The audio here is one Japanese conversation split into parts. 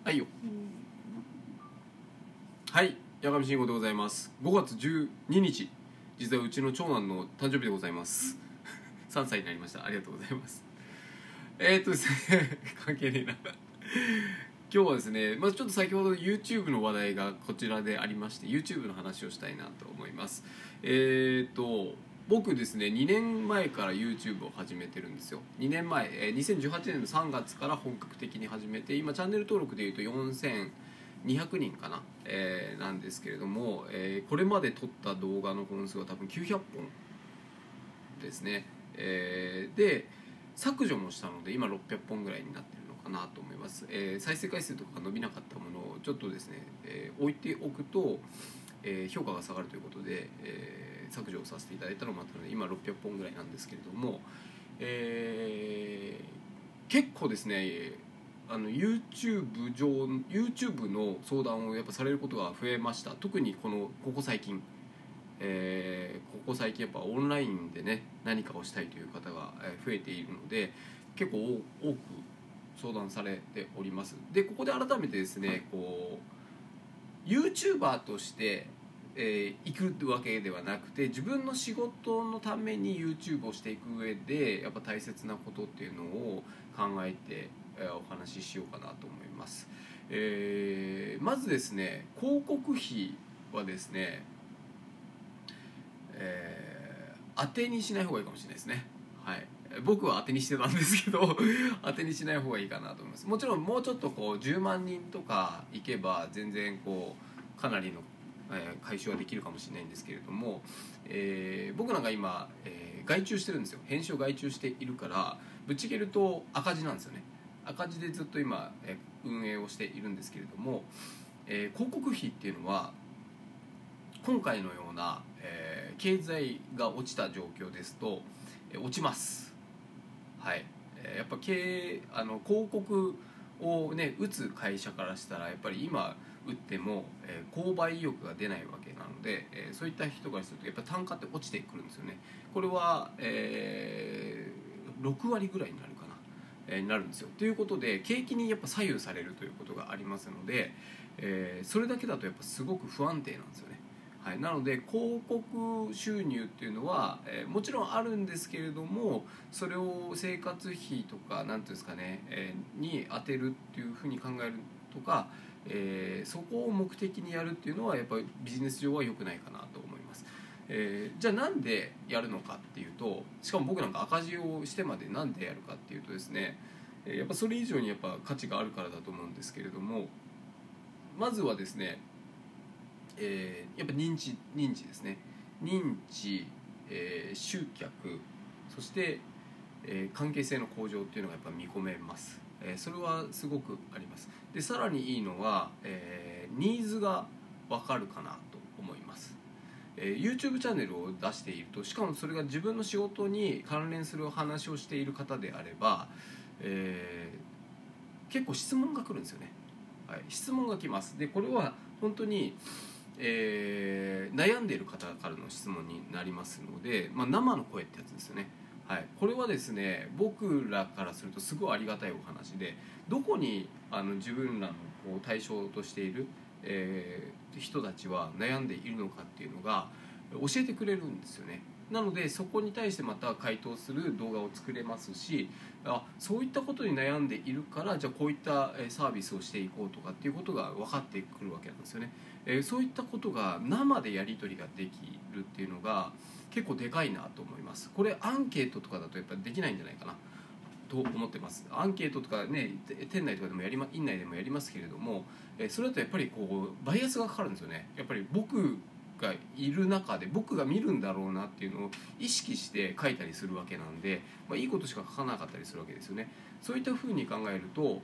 はいよ。はい、八神慎吾でございます。5月12日、実はうちの長男の誕生日でございます。3歳になりました。ありがとうございます。ですね、関係ねえな。今日はですね、ちょっと先ほど YouTube の話題がこちらでありまして、 YouTube の話をしたいなと思います。僕ですね、2年前から YouTube を始めてるんですよ。2年前、2018年の3月から本格的に始めて、今チャンネル登録でいうと4200人かな、なんですけれども、これまで撮った動画の本数は多分900本ですね。で削除もしたので今600本ぐらいになってるのかなと思います。再生回数とか伸びなかったものをちょっとですね、置いておくと、評価が下がるということで、削除をさせていただいたのもあったので今600本ぐらいなんですけれども、結構ですねYouTube の相談をやっぱされることが増えました。特にここ最近、ここ最近やっぱオンラインでね何かをしたいという方が増えているので、結構多く相談されております。でここで改めてですね、YouTuber として行くわけではなくて、自分の仕事のために YouTube をしていく上でやっぱ大切なことっていうのを考えてお話ししようかなと思います。まずですね、広告費はですね、当てにしない方がいいかもしれないですね。はい、僕は当てにしてたんですけど当てにしない方がいいかなと思います。もちろんもうちょっと10万人とかいけば全然かなりの回収はできるかもしれないんですけれども、僕なんか今、外注してるんですよ。編集を外注しているからぶっちぎると赤字なんですよね。赤字でずっと今、運営をしているんですけれども、広告費っていうのは今回のような、経済が落ちた状況ですと、落ちます。はい、やっぱ広告をね打つ会社からしたらやっぱり今打っても、購買意欲が出ないわけなので、そういった人からするとやっぱ単価って落ちてくるんですよね。これは、6割ぐらいになるかな、なるんですよ。ということで景気にやっぱ左右されるということがありますので、それだけだとやっぱすごく不安定なんですよね。はい、なので広告収入っていうのは、もちろんあるんですけれども、それを生活費とかなんていうんですかね、に充てるっていうふうに考えるとか、そこを目的にやるっていうのはやっぱりビジネス上は良くないかなと思います。じゃあなんでやるのかっていうと、しかも僕なんか赤字をしてまでなんでやるかっていうとですね、やっぱそれ以上にやっぱ価値があるからだと思うんですけれども、まずはですね、やっぱ認知ですね。認知、集客、そして、関係性の向上っていうのがやっぱ見込めます。それはすごくあります。でさらにいいのは、ニーズが分かるかなと思います。YouTube チャンネルを出していると、しかもそれが自分の仕事に関連する話をしている方であれば、結構質問が来るんですよね。はい、質問が来ます。でこれは本当に悩んでいる方からの質問になりますので、生の声ってやつですよね。はい、これはですね、僕らからするとすごいありがたいお話で、どこに自分らの対象としている、人たちは悩んでいるのかっていうのが教えてくれるんですよね。なのでそこに対してまた回答する動画を作れますし、そういったことに悩んでいるから、じゃあこういったサービスをしていこうとかっていうことが分かってくるわけなんですよね。そういったことが生でやり取りができるっていうのが結構でかいなと思います。これアンケートとかだとやっぱりできないんじゃないかなと思ってます。アンケートとかね、店内とかでも院内でもやりますけれども、それだとやっぱりバイアスがかかるんですよね。やっぱり僕がいる中で僕が見るんだろうなっていうのを意識して書いたりするわけなんで、いいことしか書かなかったりするわけですよね。そういったふうに考えると、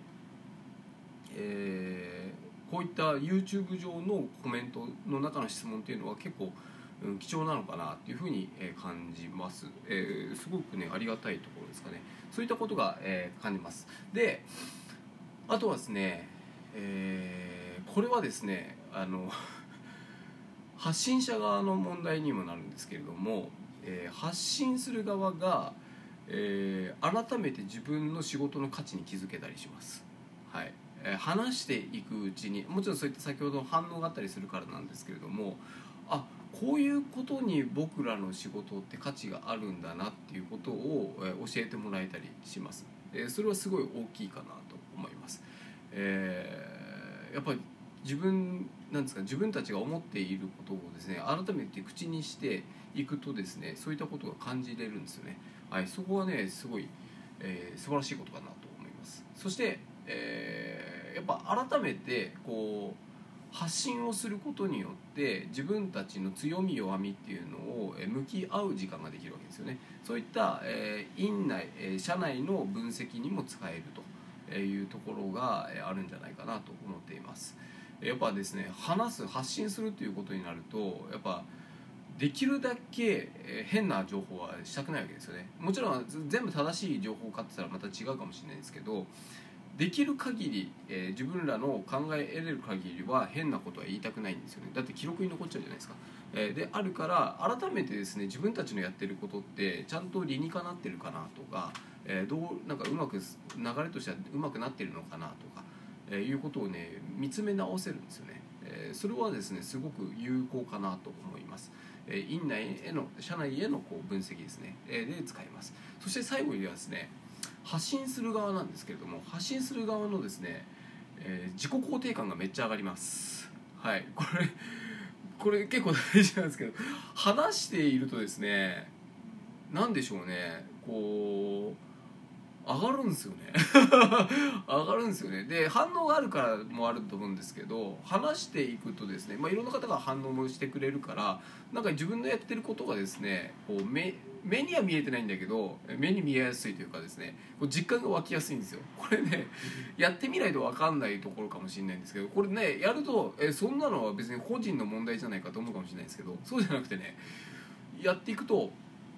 こういった YouTube 上のコメントの中の質問っていうのは結構貴重なのかなっていうふうに感じます。すごくねありがたいところですかね。そういったことが感じます。であとはですね、これはですね発信者側の問題にもなるんですけれども、発信する側が、改めて自分の仕事の価値に気づけたりします。はい、 話していくうちにもちろんそういった先ほどの反応があったりするからなんですけれども、あ、こういうことに僕らの仕事って価値があるんだなっていうことを教えてもらえたりします。それはすごい大きいかなと思います。やっぱり自分たちが思っていることをですね改めて口にしていくとですね、そういったことが感じれるんですよね。はい、そこはねすごい、素晴らしいことかなと思います。そして、やっぱ改めてこう発信をすることによって自分たちの強み弱みっていうのを向き合う時間ができるわけですよね。そういった、院内、社内の分析にも使えるというところがあるんじゃないかなと思っています。やっぱですね発信するということになるとやっぱできるだけ変な情報はしたくないわけですよね。もちろん全部正しい情報かって言ったらまた違うかもしれないですけど、できる限り、自分らの考え得れる限りは変なことは言いたくないんですよね。だって記録に残っちゃうじゃないですか。であるから改めてですね自分たちのやってることってちゃんと理にかなってるかなとか、なんかうまく流れとしてはうまくなってるのかなとか、いうことをね見つめ直せるんですよね。それはですねすごく有効かなと思います。院内への社内へのこう分析ですね、で使います。そして最後にはですね発信する側なんですけれども、発信する側のですね、自己肯定感がめっちゃ上がります。はい、これ結構大事なんですけど、話しているとですねなんでしょうねこう上がるんですよね上がるんですよね。で反応があるからもあると思うんですけど、話していくとですね、いろんな方が反応もしてくれるからなんか自分のやってることがですねこう目には見えてないんだけど目に見えやすいというかですねこう実感が湧きやすいんですよ。これねやってみないと分かんないところかもしれないんですけど、これねやるとそんなのは別に個人の問題じゃないかと思うかもしれないですけど、そうじゃなくてねやっていくと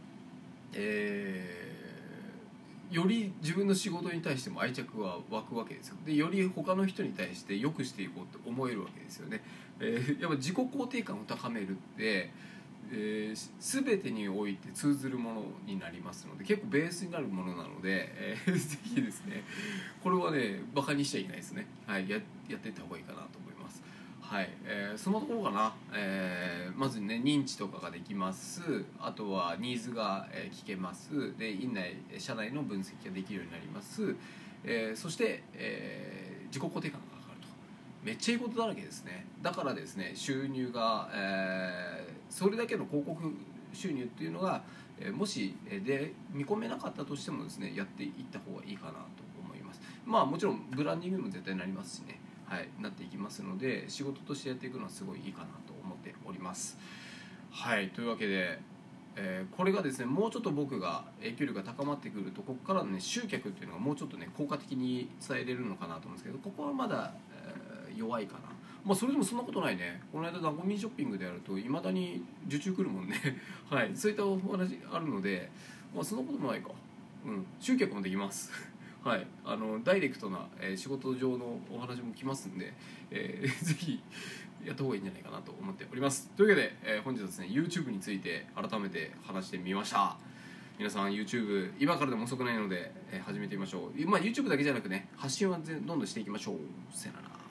より自分の仕事に対しても愛着は湧くわけですよ。でより他の人に対して良くしていこうって思えるわけですよね。やっぱ自己肯定感を高めるって、全てにおいて通ずるものになりますので結構ベースになるものなので、ぜひですねこれはねバカにしちゃいけないですね。はい、やっていった方がいいかなと思います。はい、そのところかな。まずね認知とかができます。あとはニーズが聞けます。で院内社内の分析ができるようになります。そして、自己肯定感が上がるとめっちゃいいことだらけですね。だからですね収入が、それだけの広告収入っていうのが、もしで見込めなかったとしてもですねやっていった方がいいかなと思います。もちろんブランディングにも絶対なりますしね、はい、なっていきますので仕事としてやっていくのはすごいいいかなと思っております。はい、というわけで、これがですねもうちょっと僕が影響力が高まってくるとここからのね集客っていうのがもうちょっとね効果的に伝えれるのかなと思うんですけど、ここはまだ、弱いかな。それでもそんなことないね。この間ナゴミショッピングでやるといまだに受注来るもんねはい、そういったお話あるので、そんなこともないか。集客もできますはい、ダイレクトな、仕事上のお話も来ますんで、ぜひやった方がいいんじゃないかなと思っております。というわけで、本日はですね YouTube について改めて話してみました。皆さん YouTube 今からでも遅くないので、始めてみましょう。YouTube だけじゃなくね発信はどんどんしていきましょう。さよなら。